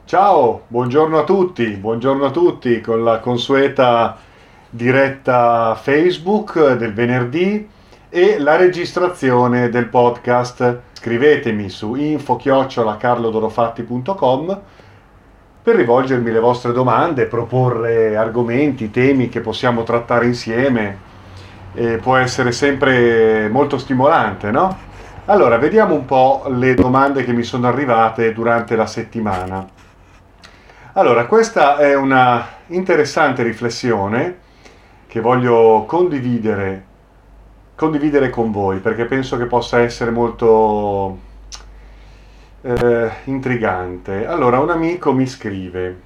Ciao, buongiorno a tutti con la consueta diretta Facebook del venerdì e la registrazione del podcast. Scrivetemi su info@carlodorofatti.com per rivolgermi le vostre domande, proporre argomenti, temi che possiamo trattare insieme. Può essere sempre molto stimolante, no? Allora, vediamo un po' le domande che mi sono arrivate durante la settimana. Allora, questa è una interessante riflessione che voglio condividere con voi perché penso che possa essere molto intrigante. Allora, un amico mi scrive,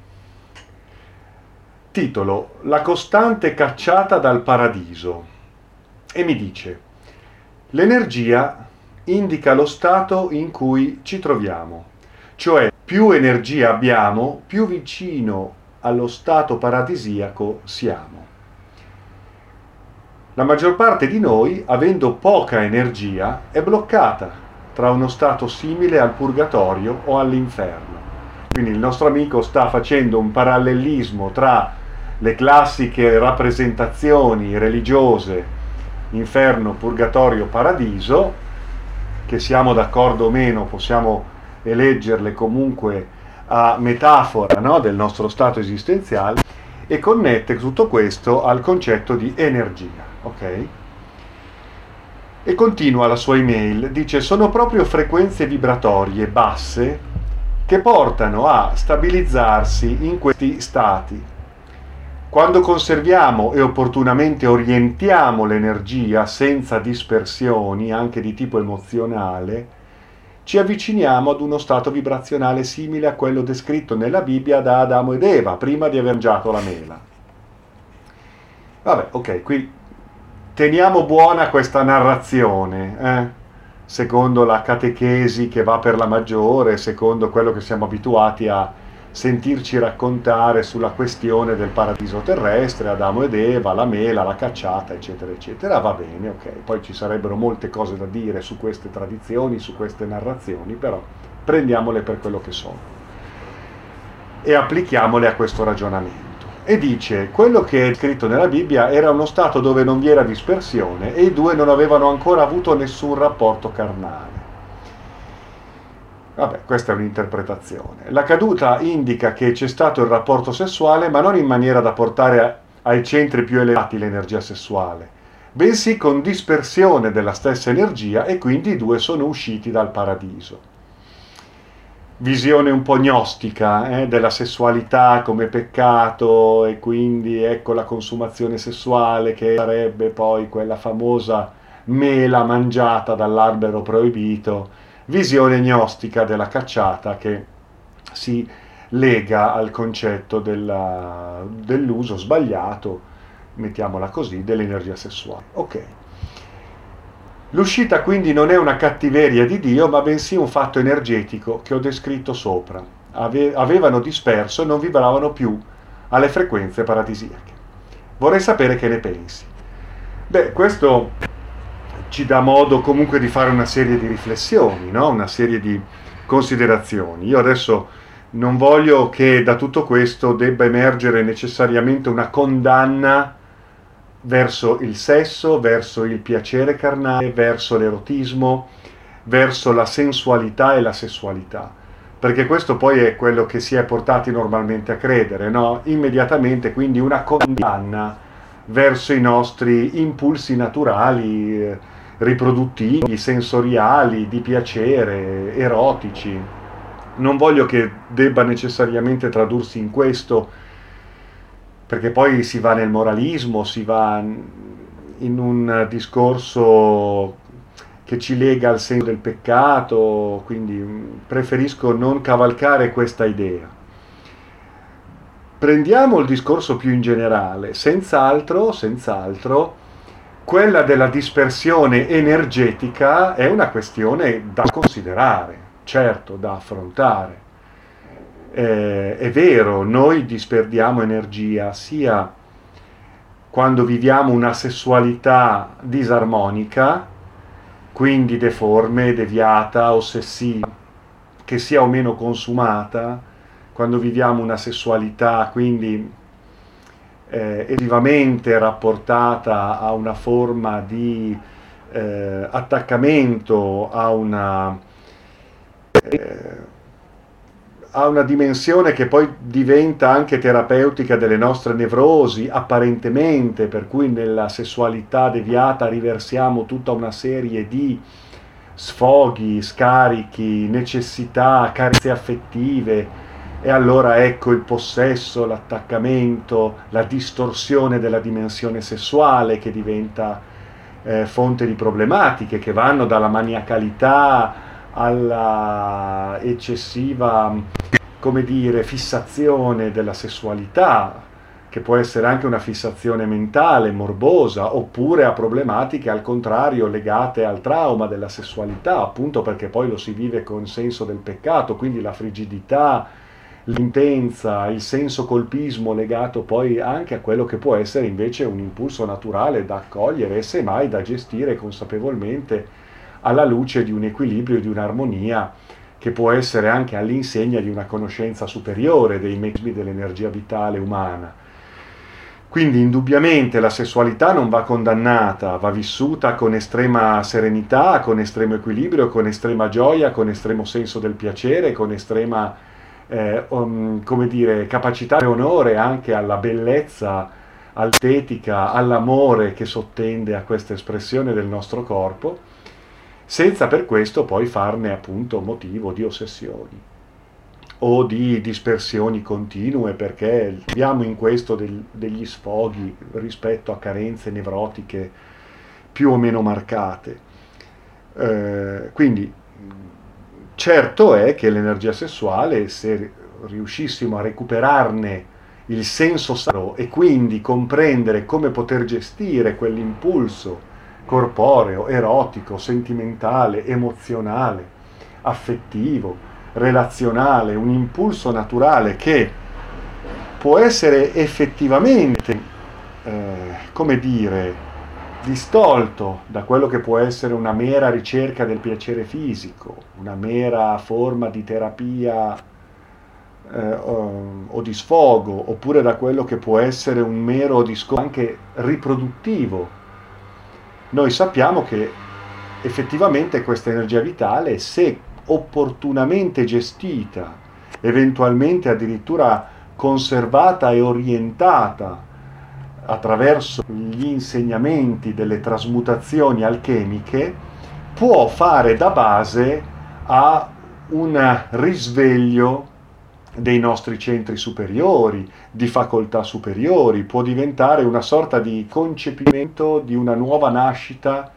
titolo: La costante cacciata dal paradiso, e mi dice: l'energia indica lo stato in cui ci troviamo, cioè più energia abbiamo, più vicino allo stato paradisiaco siamo. La maggior parte di noi, avendo poca energia, è bloccata tra uno stato simile al purgatorio o all'inferno. Quindi il nostro amico sta facendo un parallelismo tra le classiche rappresentazioni religiose, inferno, purgatorio, paradiso, che siamo d'accordo o meno, possiamo eleggerle comunque a metafora, no, del nostro stato esistenziale, e connette tutto questo al concetto di energia, ok? E continua la sua email, dice: sono proprio frequenze vibratorie basse che portano a stabilizzarsi in questi stati. Quando conserviamo e opportunamente orientiamo l'energia senza dispersioni, anche di tipo emozionale, ci avviciniamo ad uno stato vibrazionale simile a quello descritto nella Bibbia da Adamo ed Eva, prima di aver mangiato la mela. Vabbè, ok, qui teniamo buona questa narrazione, secondo la catechesi che va per la maggiore, secondo quello che siamo abituati a sentirci raccontare sulla questione del paradiso terrestre, Adamo ed Eva, la mela, la cacciata, eccetera, eccetera. Va bene, ok. Poi ci sarebbero molte cose da dire su queste tradizioni, su queste narrazioni, però prendiamole per quello che sono e applichiamole a questo ragionamento. E dice: quello che è scritto nella Bibbia era uno stato dove non vi era dispersione e i due non avevano ancora avuto nessun rapporto carnale. Vabbè, questa è un'interpretazione. La caduta indica che c'è stato il rapporto sessuale, ma non in maniera da portare ai centri più elevati l'energia sessuale, bensì con dispersione della stessa energia, e quindi i due sono usciti dal paradiso. Visione un po' gnostica della sessualità come peccato, e quindi ecco la consumazione sessuale che sarebbe poi quella famosa mela mangiata dall'albero proibito. Visione gnostica della cacciata che si lega al concetto dell'uso sbagliato, mettiamola così, dell'energia sessuale. Ok. L'uscita quindi non è una cattiveria di Dio, ma bensì un fatto energetico che ho descritto sopra. Avevano disperso e non vibravano più alle frequenze paradisiache. Vorrei sapere che ne pensi. Beh, questo ci dà modo comunque di fare una serie di riflessioni, no? Una serie di considerazioni. Io adesso non voglio che da tutto questo debba emergere necessariamente una condanna verso il sesso, verso il piacere carnale, verso l'erotismo, verso la sensualità e la sessualità, perché questo poi è quello che si è portati normalmente a credere, no? Immediatamente, quindi una condanna verso i nostri impulsi naturali, riproduttivi, sensoriali, di piacere, erotici. Non voglio che debba necessariamente tradursi in questo, perché poi si va nel moralismo, si va in un discorso che ci lega al senso del peccato, quindi preferisco non cavalcare questa idea. Prendiamo il discorso più in generale, senz'altro, quella della dispersione energetica è una questione da considerare, certo, da affrontare. È vero, noi disperdiamo energia sia quando viviamo una sessualità disarmonica, quindi deforme, deviata, ossessiva, che sia o meno consumata, quando viviamo una sessualità quindi esclusivamente rapportata a una forma di attaccamento a una dimensione che poi diventa anche terapeutica delle nostre nevrosi, apparentemente, per cui nella sessualità deviata riversiamo tutta una serie di sfoghi, scarichi, necessità, carezze affettive, e allora ecco il possesso, l'attaccamento, la distorsione della dimensione sessuale che diventa fonte di problematiche che vanno dalla maniacalità alla eccessiva, come dire, fissazione della sessualità, che può essere anche una fissazione mentale, morbosa, oppure a problematiche al contrario legate al trauma della sessualità, appunto perché poi lo si vive con senso del peccato, quindi la frigidità, l'intensa, il senso colpismo legato poi anche a quello che può essere invece un impulso naturale da accogliere e semmai da gestire consapevolmente alla luce di un equilibrio e di un'armonia che può essere anche all'insegna di una conoscenza superiore dei meccanismi dell'energia vitale umana. Quindi indubbiamente la sessualità non va condannata, va vissuta con estrema serenità, con estremo equilibrio, con estrema gioia, con estremo senso del piacere, con estrema come dire, capacità e onore anche alla bellezza, all'estetica, all'amore che sottende a questa espressione del nostro corpo, senza per questo poi farne appunto motivo di ossessioni o di dispersioni continue, perché viviamo in questo degli sfoghi rispetto a carenze nevrotiche più o meno marcate. Quindi certo è che l'energia sessuale, se riuscissimo a recuperarne il senso sacro e quindi comprendere come poter gestire quell'impulso corporeo, erotico, sentimentale, emozionale, affettivo, relazionale, un impulso naturale che può essere effettivamente, come dire, distolto da quello che può essere una mera ricerca del piacere fisico, una mera forma di terapia o di sfogo, oppure da quello che può essere un mero discorso anche riproduttivo. Noi sappiamo che effettivamente questa energia vitale, se opportunamente gestita, eventualmente addirittura conservata e orientata attraverso gli insegnamenti delle trasmutazioni alchemiche, può fare da base a un risveglio dei nostri centri superiori, di facoltà superiori, può diventare una sorta di concepimento di una nuova nascita,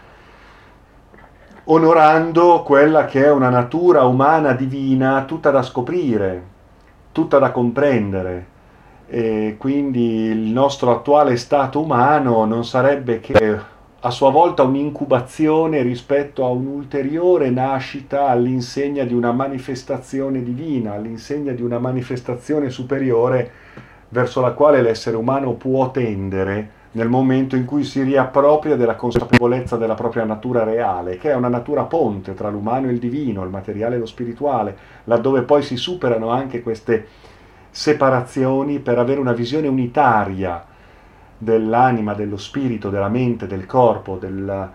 onorando quella che è una natura umana divina tutta da scoprire, tutta da comprendere. E quindi il nostro attuale stato umano non sarebbe che a sua volta un'incubazione rispetto a un'ulteriore nascita all'insegna di una manifestazione divina, all'insegna di una manifestazione superiore verso la quale l'essere umano può tendere nel momento in cui si riappropria della consapevolezza della propria natura reale, che è una natura ponte tra l'umano e il divino, il materiale e lo spirituale, laddove poi si superano anche queste separazioni per avere una visione unitaria dell'anima, dello spirito, della mente, del corpo, della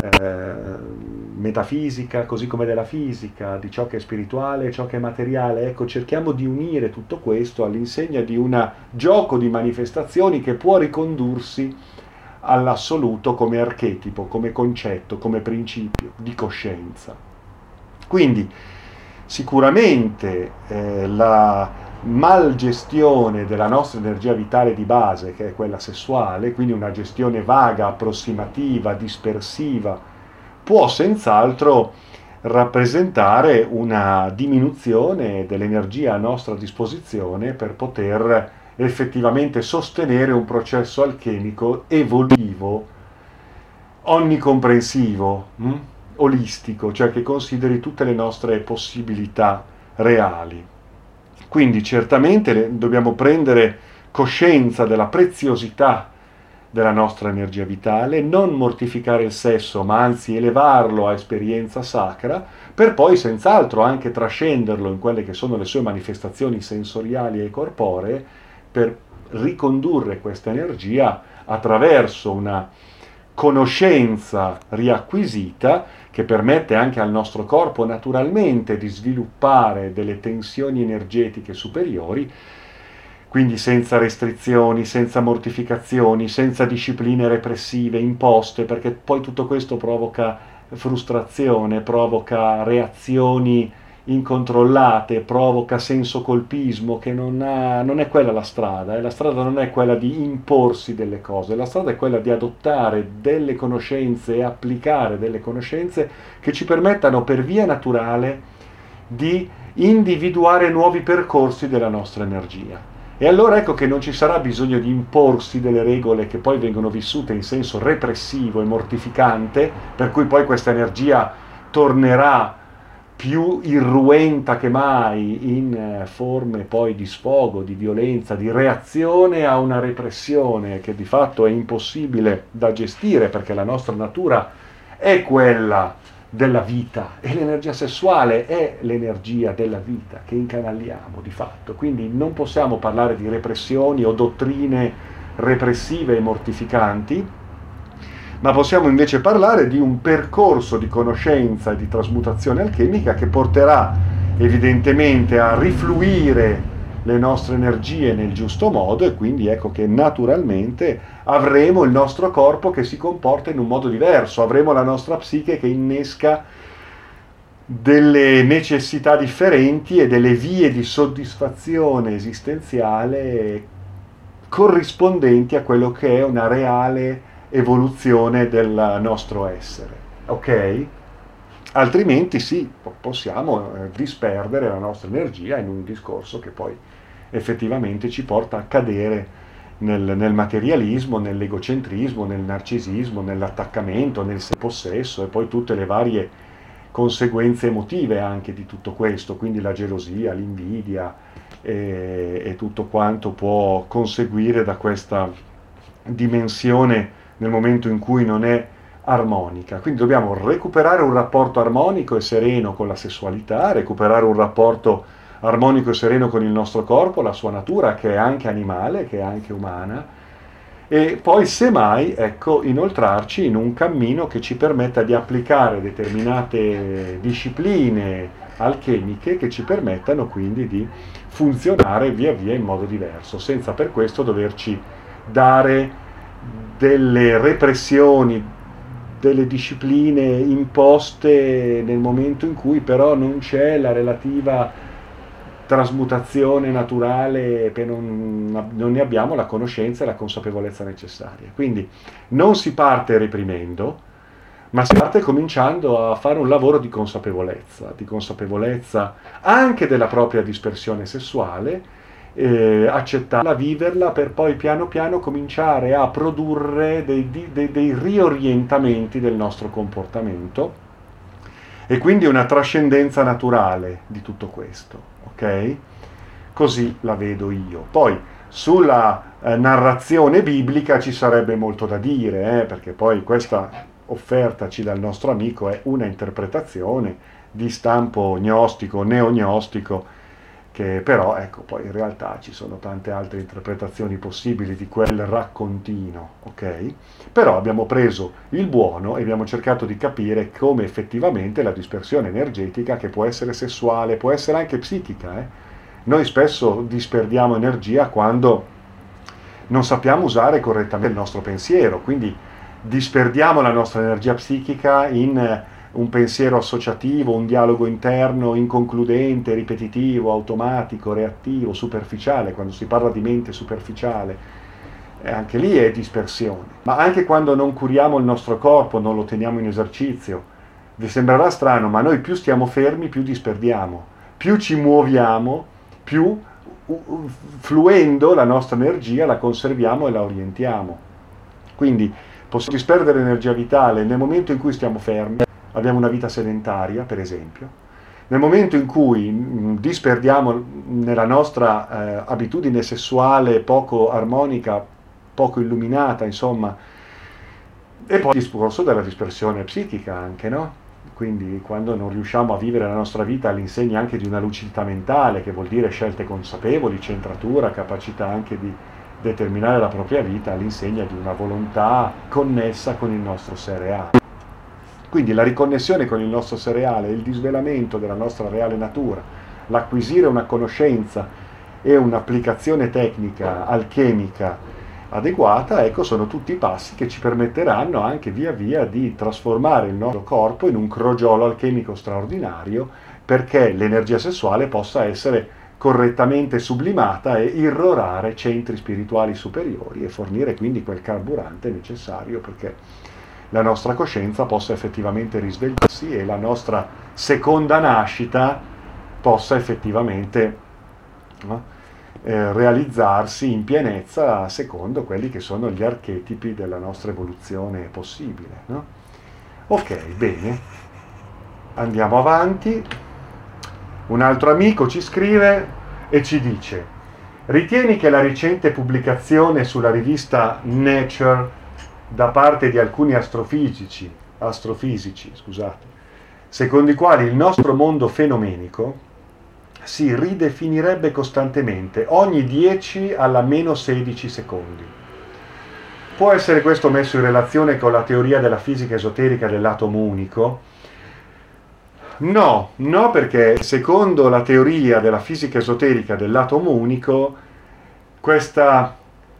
metafisica, così come della fisica, di ciò che è spirituale e ciò che è materiale. Ecco, cerchiamo di unire tutto questo all'insegna di un gioco di manifestazioni che può ricondursi all'assoluto come archetipo, come concetto, come principio di coscienza. Quindi sicuramente la malgestione della nostra energia vitale di base, che è quella sessuale, quindi una gestione vaga, approssimativa, dispersiva, può senz'altro rappresentare una diminuzione dell'energia a nostra disposizione per poter effettivamente sostenere un processo alchemico evolutivo, onnicomprensivo, olistico, cioè che consideri tutte le nostre possibilità reali. Quindi certamente dobbiamo prendere coscienza della preziosità della nostra energia vitale, non mortificare il sesso, ma anzi elevarlo a esperienza sacra, per poi senz'altro anche trascenderlo in quelle che sono le sue manifestazioni sensoriali e corporee, per ricondurre questa energia attraverso una conoscenza riacquisita che permette anche al nostro corpo naturalmente di sviluppare delle tensioni energetiche superiori, quindi senza restrizioni, senza mortificazioni, senza discipline repressive imposte, perché poi tutto questo provoca frustrazione, provoca reazioni incontrollate, provoca senso colpismo, che non è quella la strada. La strada non è quella di imporsi delle cose, la strada è quella di adottare delle conoscenze e applicare delle conoscenze che ci permettano per via naturale di individuare nuovi percorsi della nostra energia. E allora ecco che non ci sarà bisogno di imporsi delle regole che poi vengono vissute in senso repressivo e mortificante, per cui poi questa energia tornerà più irruenta che mai in forme poi di sfogo, di violenza, di reazione a una repressione che di fatto è impossibile da gestire, perché la nostra natura è quella della vita e l'energia sessuale è l'energia della vita che incanaliamo di fatto. Quindi non possiamo parlare di repressioni o dottrine repressive e mortificanti, ma possiamo invece parlare di un percorso di conoscenza e di trasmutazione alchemica che porterà evidentemente a rifluire le nostre energie nel giusto modo, e quindi ecco che naturalmente avremo il nostro corpo che si comporta in un modo diverso, avremo la nostra psiche che innesca delle necessità differenti e delle vie di soddisfazione esistenziale corrispondenti a quello che è una reale evoluzione del nostro essere, ok? Altrimenti sì, possiamo disperdere la nostra energia in un discorso che poi effettivamente ci porta a cadere nel materialismo, nell'egocentrismo, nel narcisismo, nell'attaccamento, nel possesso e poi tutte le varie conseguenze emotive anche di tutto questo, quindi la gelosia, l'invidia e tutto quanto può conseguire da questa dimensione nel momento in cui non è armonica. Quindi dobbiamo recuperare un rapporto armonico e sereno con la sessualità, recuperare un rapporto armonico e sereno con il nostro corpo, la sua natura che è anche animale, che è anche umana, e poi semmai, ecco, inoltrarci in un cammino che ci permetta di applicare determinate discipline alchemiche che ci permettano quindi di funzionare via via in modo diverso, senza per questo doverci dare delle repressioni, delle discipline imposte nel momento in cui però non c'è la relativa trasmutazione naturale, non ne abbiamo la conoscenza e la consapevolezza necessaria. Quindi non si parte reprimendo, ma si parte cominciando a fare un lavoro di consapevolezza anche della propria dispersione sessuale, accettarla, viverla, per poi piano piano cominciare a produrre dei riorientamenti del nostro comportamento e quindi una trascendenza naturale di tutto questo, ok? Così la vedo io. Poi sulla narrazione biblica ci sarebbe molto da dire, perché poi questa offertaci dal nostro amico è una interpretazione di stampo gnostico, neognostico, che però ecco poi in realtà ci sono tante altre interpretazioni possibili di quel raccontino, ok? Però abbiamo preso il buono e abbiamo cercato di capire come effettivamente la dispersione energetica, che può essere sessuale, può essere anche psichica, noi spesso disperdiamo energia quando non sappiamo usare correttamente il nostro pensiero, quindi disperdiamo la nostra energia psichica in un pensiero associativo, un dialogo interno inconcludente, ripetitivo, automatico, reattivo, superficiale. Quando si parla di mente superficiale, anche lì è dispersione. Ma anche quando non curiamo il nostro corpo, non lo teniamo in esercizio, vi sembrerà strano, ma noi più stiamo fermi, più disperdiamo. Più ci muoviamo, più fluendo la nostra energia la conserviamo e la orientiamo. Quindi possiamo disperdere energia vitale nel momento in cui stiamo fermi, abbiamo una vita sedentaria, per esempio. Nel momento in cui disperdiamo nella nostra abitudine sessuale poco armonica poco illuminata, insomma. E poi il discorso della dispersione psichica anche, no? Quindi quando non riusciamo a vivere la nostra vita all'insegna anche di una lucidità mentale, che vuol dire scelte consapevoli, centratura, capacità anche di determinare la propria vita all'insegna di una volontà connessa con il nostro sé reale. Quindi la riconnessione con il nostro sé reale, il disvelamento della nostra reale natura, l'acquisire una conoscenza e un'applicazione tecnica alchemica adeguata, ecco, sono tutti passi che ci permetteranno anche via via di trasformare il nostro corpo in un crogiolo alchemico straordinario, perché l'energia sessuale possa essere correttamente sublimata e irrorare centri spirituali superiori e fornire quindi quel carburante necessario perché la nostra coscienza possa effettivamente risvegliarsi e la nostra seconda nascita possa effettivamente, no, realizzarsi in pienezza secondo quelli che sono gli archetipi della nostra evoluzione possibile, no? Ok, bene, andiamo avanti. Un altro amico ci scrive e ci dice: ritieni che la recente pubblicazione sulla rivista Nature da parte di alcuni astrofisici, secondo i quali il nostro mondo fenomenico si ridefinirebbe costantemente ogni 10 alla meno 16 secondi. Può essere questo messo in relazione con la teoria della fisica esoterica dell'atomo unico? No, perché secondo la teoria della fisica esoterica dell'atomo unico, questa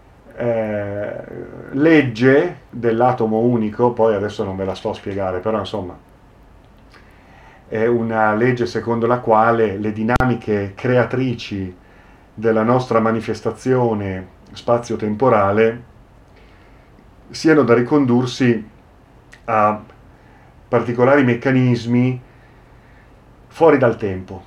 legge dell'atomo unico, poi adesso non ve la sto a spiegare, però insomma è una legge secondo la quale le dinamiche creatrici della nostra manifestazione spazio-temporale siano da ricondursi a particolari meccanismi fuori dal tempo.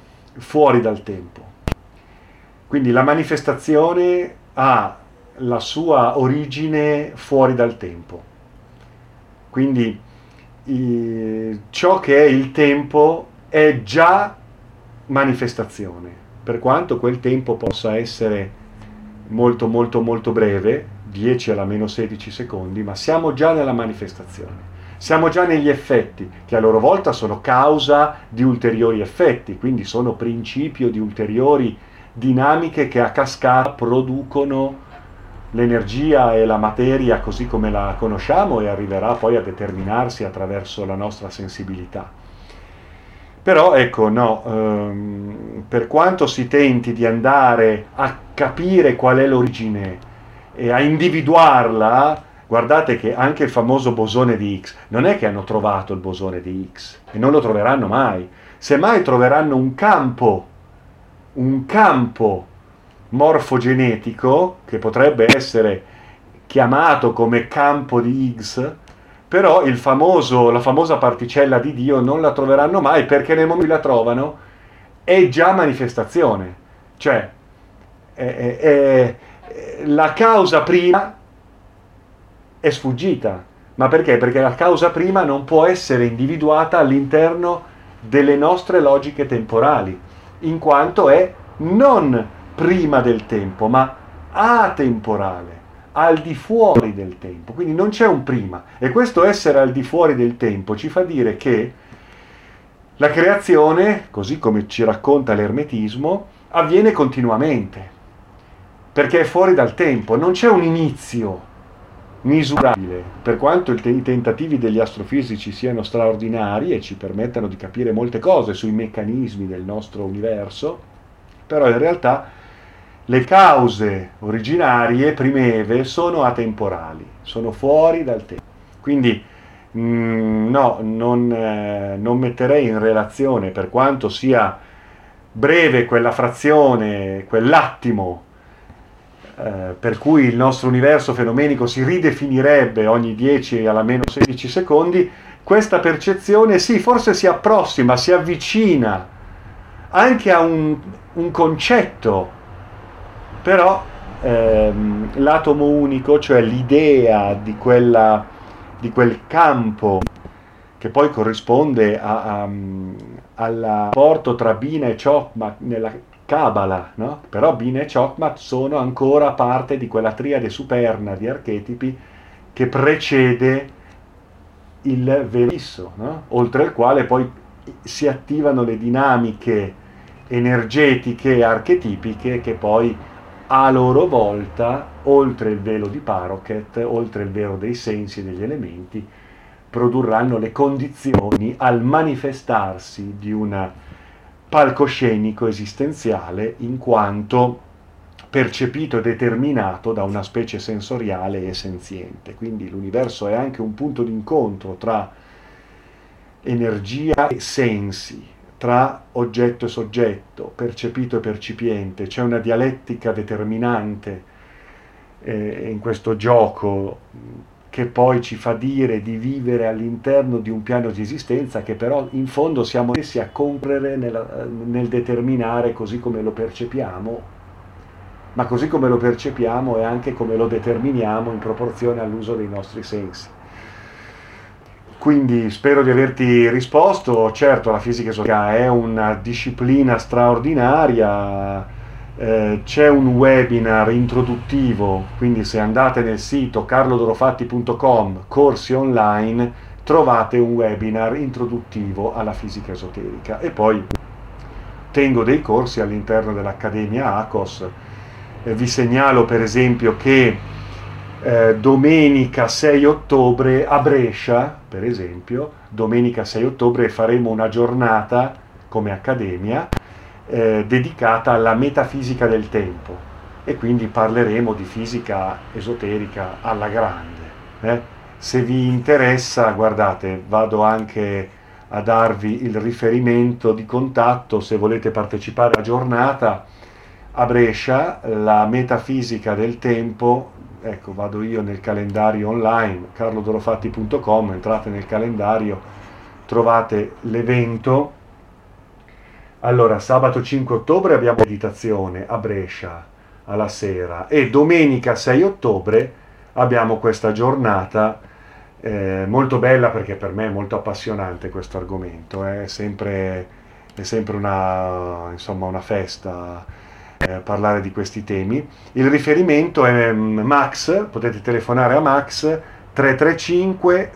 Quindi la manifestazione ha la sua origine fuori dal tempo. Quindi ciò che è il tempo è già manifestazione, per quanto quel tempo possa essere molto molto molto breve, 10 alla meno 16 secondi, ma siamo già nella manifestazione, siamo già negli effetti, che a loro volta sono causa di ulteriori effetti, quindi sono principio di ulteriori dinamiche che a cascata producono l'energia e la materia così come la conosciamo e arriverà poi a determinarsi attraverso la nostra sensibilità. Però ecco, no, per quanto si tenti di andare a capire qual è l'origine e a individuarla, guardate che anche il famoso bosone di Higgs, non è che hanno trovato il bosone di Higgs e non lo troveranno mai, semmai troveranno un campo morfogenetico che potrebbe essere chiamato come campo di Higgs, però la famosa particella di Dio non la troveranno mai, perché nel momento in cui la trovano è già manifestazione, cioè la causa prima è sfuggita. Ma perché? Perché la causa prima non può essere individuata all'interno delle nostre logiche temporali, in quanto è non prima del tempo, ma atemporale, al di fuori del tempo. Quindi non c'è un prima. E questo essere al di fuori del tempo ci fa dire che la creazione, così come ci racconta l'ermetismo, avviene continuamente, perché è fuori dal tempo, non c'è un inizio misurabile, per quanto i tentativi degli astrofisici siano straordinari e ci permettano di capire molte cose sui meccanismi del nostro universo, però in realtà le cause originarie, primeve, sono atemporali, sono fuori dal tempo. Quindi no, non metterei in relazione, per quanto sia breve quella frazione, quell'attimo, per cui il nostro universo fenomenico si ridefinirebbe ogni 10 alla meno 16 secondi, questa percezione sì, forse si approssima, si avvicina anche a un concetto, però l'atomo unico, cioè l'idea di quel campo che poi corrisponde al rapporto tra Bina e Chokmah nella Kabbalah, no? Però Bina e Chokmat sono ancora parte di quella triade superna di archetipi che precede il velo fisso, no? Oltre al quale poi si attivano le dinamiche energetiche archetipiche che poi a loro volta, oltre il velo di Parochet, oltre il velo dei sensi e degli elementi, produrranno le condizioni al manifestarsi di un palcoscenico esistenziale in quanto percepito e determinato da una specie sensoriale e senziente. Quindi l'universo è anche un punto d'incontro tra energia e sensi, tra oggetto e soggetto, percepito e percipiente. C'è una dialettica determinante in questo gioco che poi ci fa dire di vivere all'interno di un piano di esistenza che però in fondo siamo essi a comprere nel determinare così come lo percepiamo, ma così come lo percepiamo è anche come lo determiniamo in proporzione all'uso dei nostri sensi. Quindi spero di averti risposto. Certo, la fisica esoterica è una disciplina straordinaria. C'è un webinar introduttivo, quindi se andate nel sito carlodorofatti.com corsi online trovate un webinar introduttivo alla fisica esoterica, e poi tengo dei corsi all'interno dell'Accademia ACOS. Vi segnalo per esempio che domenica 6 ottobre a Brescia, per esempio, domenica 6 ottobre faremo una giornata come Accademia dedicata alla metafisica del tempo, e quindi parleremo di fisica esoterica alla grande. Se vi interessa, guardate, vado anche a darvi il riferimento di contatto se volete partecipare alla giornata a Brescia, la metafisica del tempo. Ecco, vado io nel calendario online, carlodorofatti.com, entrate nel calendario, trovate l'evento. Allora, sabato 5 ottobre abbiamo meditazione a Brescia alla sera, e domenica 6 ottobre abbiamo questa giornata molto bella, perché per me è molto appassionante questo argomento, è sempre una festa parlare di questi temi. Il riferimento è Max, potete telefonare a Max 335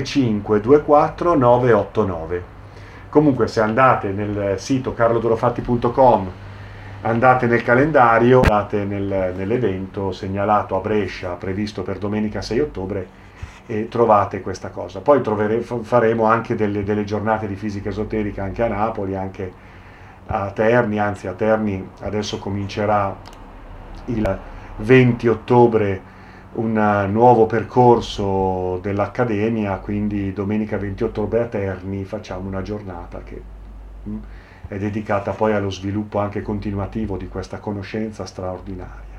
7524 989. Comunque se andate nel sito carlodorofatti.com, andate nel calendario, andate nell'evento segnalato a Brescia previsto per domenica 6 ottobre e trovate questa cosa. Poi faremo anche delle giornate di fisica esoterica anche a Napoli, anche a Terni, anzi a Terni adesso comincerà il 20 ottobre un nuovo percorso dell'Accademia, quindi domenica 20 ottobre a Terni facciamo una giornata che è dedicata poi allo sviluppo anche continuativo di questa conoscenza straordinaria.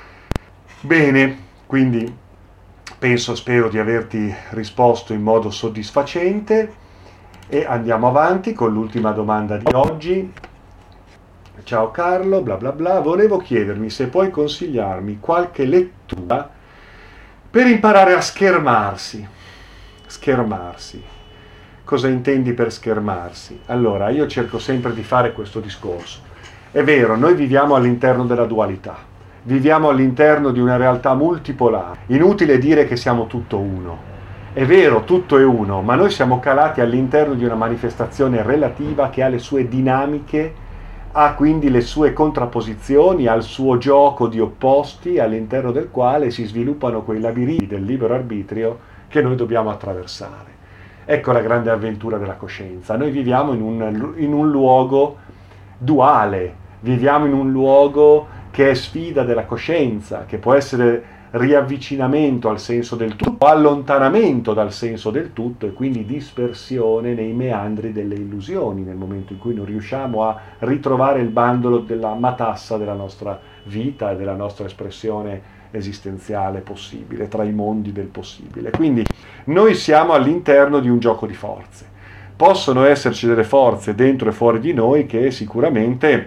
Bene, quindi spero di averti risposto in modo soddisfacente, e andiamo avanti con l'ultima domanda di oggi. Ciao Carlo, bla bla bla, volevo chiedermi se puoi consigliarmi qualche lettura per imparare a schermarsi. Schermarsi. Cosa intendi per schermarsi? Allora, io cerco sempre di fare questo discorso. È vero, noi viviamo all'interno della dualità, viviamo all'interno di una realtà multipolare. Inutile dire che siamo tutto uno. È vero, tutto è uno, ma noi siamo calati all'interno di una manifestazione relativa che ha le sue dinamiche, ha quindi le sue contrapposizioni, ha il suo gioco di opposti all'interno del quale si sviluppano quei labirinti del libero arbitrio che noi dobbiamo attraversare. Ecco la grande avventura della coscienza. Noi viviamo in un luogo duale, viviamo in un luogo che è sfida della coscienza, che può essere riavvicinamento al senso del tutto, allontanamento dal senso del tutto, e quindi dispersione nei meandri delle illusioni, nel momento in cui non riusciamo a ritrovare il bandolo della matassa della nostra vita e della nostra espressione esistenziale possibile, tra i mondi del possibile. Quindi noi siamo all'interno di un gioco di forze. Possono esserci delle forze dentro e fuori di noi che sicuramente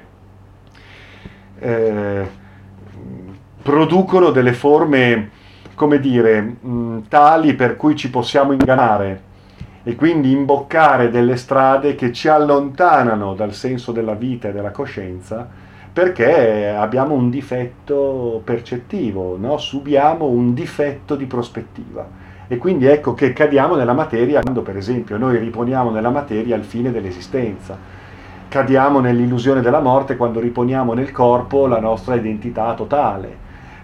producono delle forme, come dire, tali per cui ci possiamo ingannare e quindi imboccare delle strade che ci allontanano dal senso della vita e della coscienza, perché abbiamo un difetto percettivo, no? Subiamo un difetto di prospettiva. E quindi ecco che cadiamo nella materia quando, per esempio, noi riponiamo nella materia il fine dell'esistenza. Cadiamo nell'illusione della morte quando riponiamo nel corpo la nostra identità totale.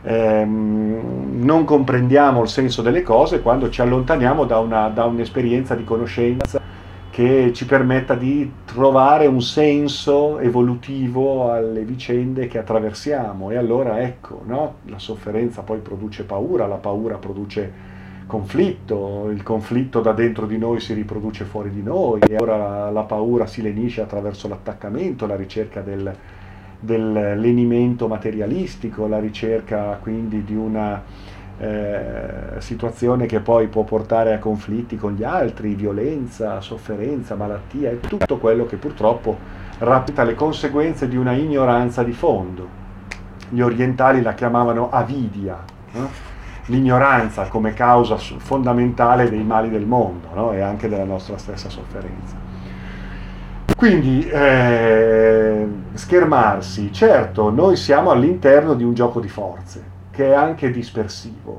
Non comprendiamo il senso delle cose quando ci allontaniamo da un'esperienza di conoscenza che ci permetta di trovare un senso evolutivo alle vicende che attraversiamo. E allora ecco, no? La sofferenza poi produce paura, la paura produce conflitto, il conflitto da dentro di noi si riproduce fuori di noi, e ora la paura si lenisce attraverso l'attaccamento, la ricerca del lenimento materialistico, la ricerca quindi di una situazione che poi può portare a conflitti con gli altri, violenza, sofferenza, malattia, e tutto quello che purtroppo rappresenta le conseguenze di una ignoranza di fondo. Gli orientali la chiamavano avidia, no? L'ignoranza come causa fondamentale dei mali del mondo, no? E anche della nostra stessa sofferenza. Quindi schermarsi, certo, noi siamo all'interno di un gioco di forze che è anche dispersivo,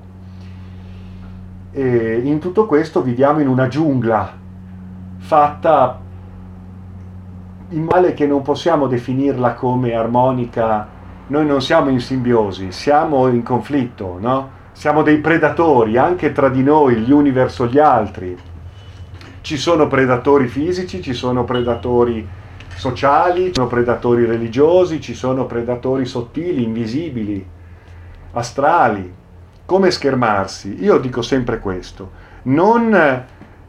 e in tutto questo viviamo in una giungla fatta in male che non possiamo definirla come armonica. Noi non siamo in simbiosi, siamo in conflitto, no? Siamo dei predatori anche tra di noi, gli uni verso gli altri. Ci sono predatori fisici, ci sono predatori sociali, ci sono predatori religiosi, ci sono predatori sottili, invisibili, astrali. Come schermarsi? Io dico sempre questo: non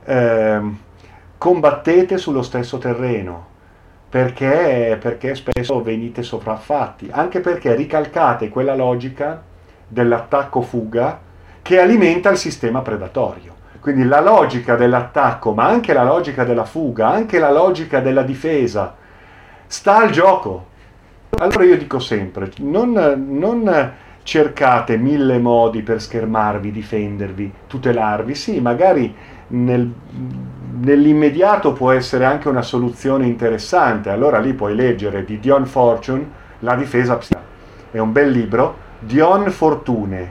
combattete sullo stesso terreno, perché spesso venite sopraffatti, anche perché ricalcate quella logica dell'attacco-fuga che alimenta il sistema predatorio. Quindi la logica dell'attacco, ma anche la logica della fuga, anche la logica della difesa, sta al gioco. Allora io dico sempre, non cercate 1000 modi per schermarvi, difendervi, tutelarvi. Sì, magari nell'immediato può essere anche una soluzione interessante. Allora lì puoi leggere di Dion Fortune, La difesa psichica. È un bel libro. Dion Fortune,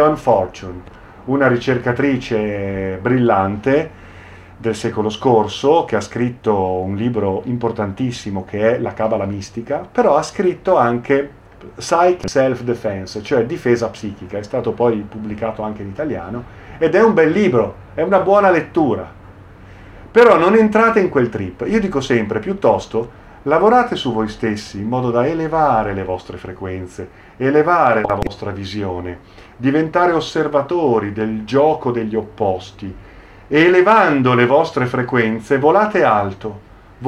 una ricercatrice brillante del secolo scorso, che ha scritto un libro importantissimo che è La Cabala Mistica, però ha scritto anche Psych Self-Defense, cioè difesa psichica, è stato poi pubblicato anche in italiano, ed è un bel libro, è una buona lettura. Però non entrate in quel trip. Io dico sempre, piuttosto, lavorate su voi stessi in modo da elevare le vostre frequenze, elevare la vostra visione, diventare osservatori del gioco degli opposti, e elevando le vostre frequenze volate alto,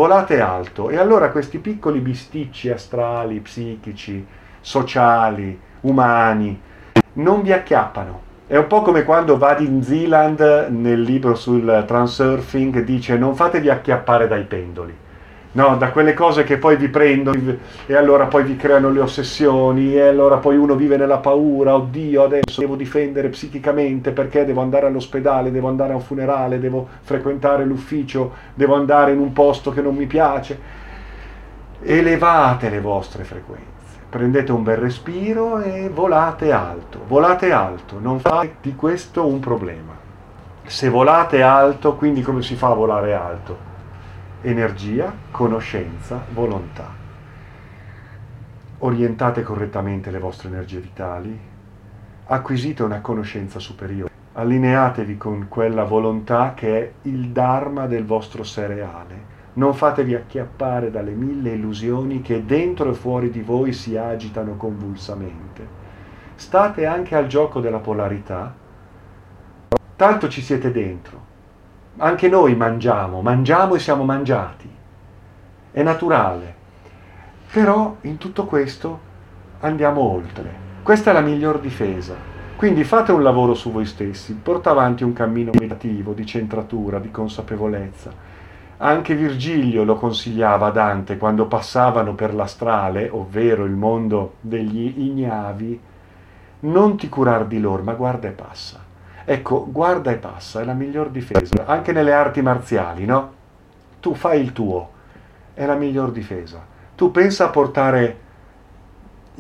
e allora questi piccoli bisticci astrali, psichici, sociali, umani, non vi acchiappano. È un po' come quando Vadim Zeeland nel libro sul transurfing dice: non fatevi acchiappare dai pendoli, no, da quelle cose che poi vi prendono e allora poi vi creano le ossessioni, e allora poi uno vive nella paura: oddio, adesso devo difendere psichicamente perché devo andare all'ospedale, devo andare a un funerale, devo frequentare l'ufficio, devo andare in un posto che non mi piace. Elevate le vostre frequenze, prendete un bel respiro e volate alto, non fate di questo un problema. Se volate alto, quindi come si fa a volare alto? Energia, conoscenza, volontà. Orientate correttamente le vostre energie vitali, acquisite una conoscenza superiore, allineatevi con quella volontà che è il dharma del vostro sé reale. Non fatevi acchiappare dalle 1000 illusioni che dentro e fuori di voi si agitano convulsamente. State anche al gioco della polarità, tanto ci siete dentro. Anche noi mangiamo e siamo mangiati. È naturale. Però in tutto questo andiamo oltre. Questa è la miglior difesa. Quindi fate un lavoro su voi stessi, portate avanti un cammino meditativo, di centratura, di consapevolezza. Anche Virgilio lo consigliava a Dante quando passavano per l'astrale, ovvero il mondo degli ignavi: non ti curar di loro, ma guarda e passa. Ecco, guarda e passa è la miglior difesa. Anche nelle arti marziali, no? Tu fai il tuo, è la miglior difesa. Tu pensa a portare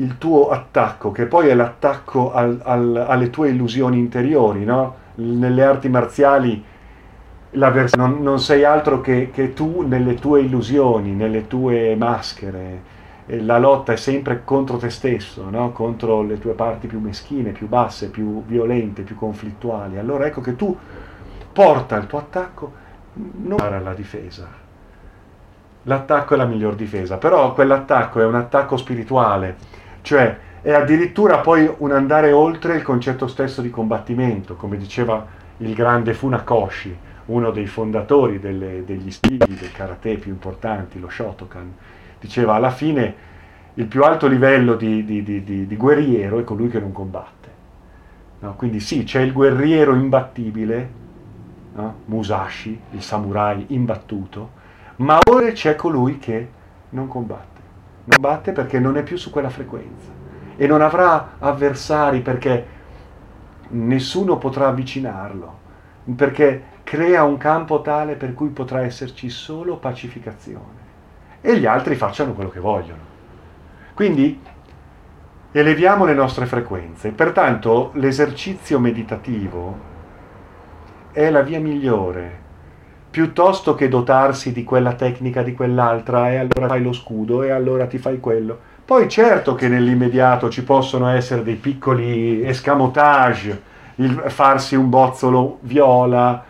il tuo attacco, che poi è l'attacco alle tue illusioni interiori, no? Nelle arti marziali non sei altro che tu nelle tue illusioni, nelle tue maschere. E la lotta è sempre contro te stesso, no? Contro le tue parti più meschine, più basse, più violente, più conflittuali. Allora ecco che tu porta il tuo attacco non alla difesa. L'attacco è la miglior difesa, però quell'attacco è un attacco spirituale, cioè è addirittura poi un andare oltre il concetto stesso di combattimento, come diceva il grande Funakoshi, uno dei fondatori degli stili del karate più importanti, lo Shotokan. Diceva alla fine il più alto livello di guerriero è colui che non combatte. No? Quindi sì, c'è il guerriero imbattibile, no? Musashi, il samurai imbattuto, ma ora c'è colui che non combatte. Non combatte perché non è più su quella frequenza e non avrà avversari perché nessuno potrà avvicinarlo, perché crea un campo tale per cui potrà esserci solo pacificazione e gli altri facciano quello che vogliono. Quindi eleviamo le nostre frequenze. Pertanto l'esercizio meditativo è la via migliore, piuttosto che dotarsi di quella tecnica, di quell'altra, e allora fai lo scudo, e allora ti fai quello. Poi certo che nell'immediato ci possono essere dei piccoli escamotage, il farsi un bozzolo viola,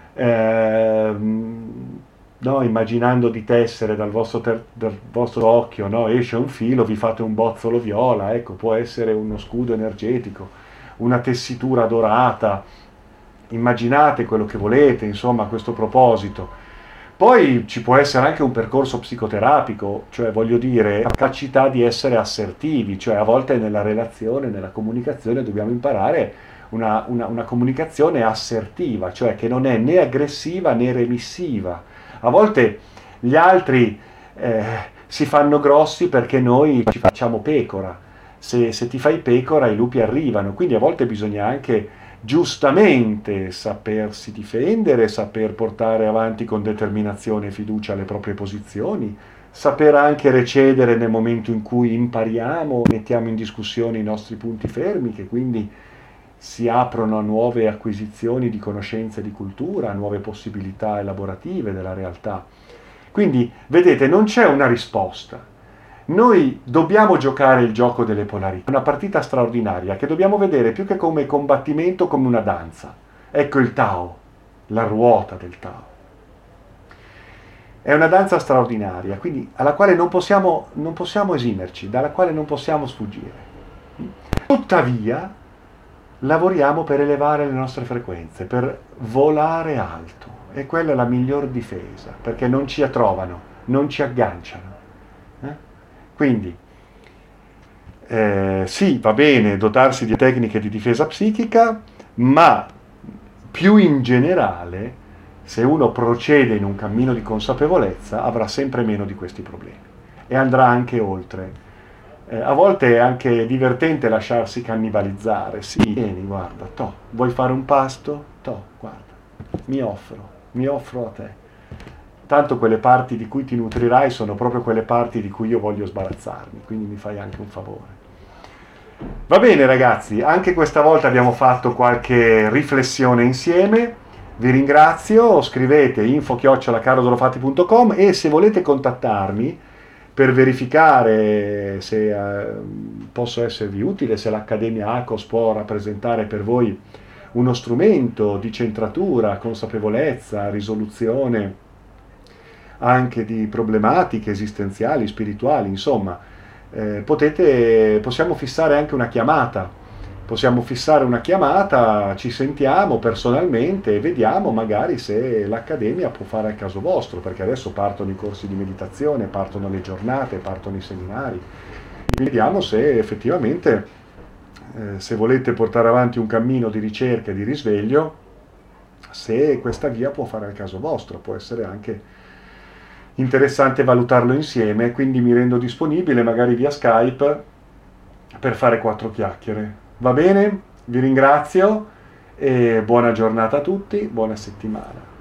no, immaginando di tessere dal vostro occhio, no, esce un filo, vi fate un bozzolo viola, ecco, può essere uno scudo energetico, una tessitura dorata, immaginate quello che volete, insomma, a questo proposito. Poi ci può essere anche un percorso psicoterapico, cioè voglio dire, la capacità di essere assertivi, cioè a volte nella relazione, nella comunicazione dobbiamo imparare una comunicazione assertiva, cioè che non è né aggressiva né remissiva. A volte gli altri si fanno grossi perché noi ci facciamo pecora. Se ti fai pecora i lupi arrivano, quindi a volte bisogna anche giustamente sapersi difendere, saper portare avanti con determinazione e fiducia le proprie posizioni, saper anche recedere nel momento in cui impariamo, mettiamo in discussione i nostri punti fermi, che quindi si aprono a nuove acquisizioni di conoscenze di cultura, a nuove possibilità elaborative della realtà. Quindi, vedete, non c'è una risposta. Noi dobbiamo giocare il gioco delle polarità, una partita straordinaria che dobbiamo vedere più che come combattimento, come una danza. Ecco il Tao, la ruota del Tao. È una danza straordinaria, quindi alla quale non possiamo esimerci, dalla quale non possiamo sfuggire. Tuttavia, lavoriamo per elevare le nostre frequenze, per volare alto, e quella è la miglior difesa, perché non ci trovano, non ci agganciano. Quindi, sì, va bene dotarsi di tecniche di difesa psichica, ma più in generale, se uno procede in un cammino di consapevolezza, avrà sempre meno di questi problemi e andrà anche oltre. A volte è anche divertente lasciarsi cannibalizzare. Sì, vieni, guarda, vuoi fare un pasto? Guarda, mi offro a te. Tanto quelle parti di cui ti nutrirai sono proprio quelle parti di cui io voglio sbarazzarmi, quindi mi fai anche un favore. Va bene ragazzi, anche questa volta abbiamo fatto qualche riflessione insieme, vi ringrazio, scrivete info@carodolofatti.com e se volete contattarmi per verificare se posso esservi utile, se l'Accademia ACOS può rappresentare per voi uno strumento di centratura, consapevolezza, risoluzione anche di problematiche esistenziali, spirituali, insomma, possiamo fissare anche una chiamata, ci sentiamo personalmente e vediamo magari se l'Accademia può fare al caso vostro, perché adesso partono i corsi di meditazione, partono le giornate, partono i seminari, vediamo se effettivamente, se volete portare avanti un cammino di ricerca e di risveglio, se questa via può fare al caso vostro, può essere anche interessante valutarlo insieme, quindi mi rendo disponibile magari via Skype per fare 4 chiacchiere. Va bene? Vi ringrazio e buona giornata a tutti, buona settimana.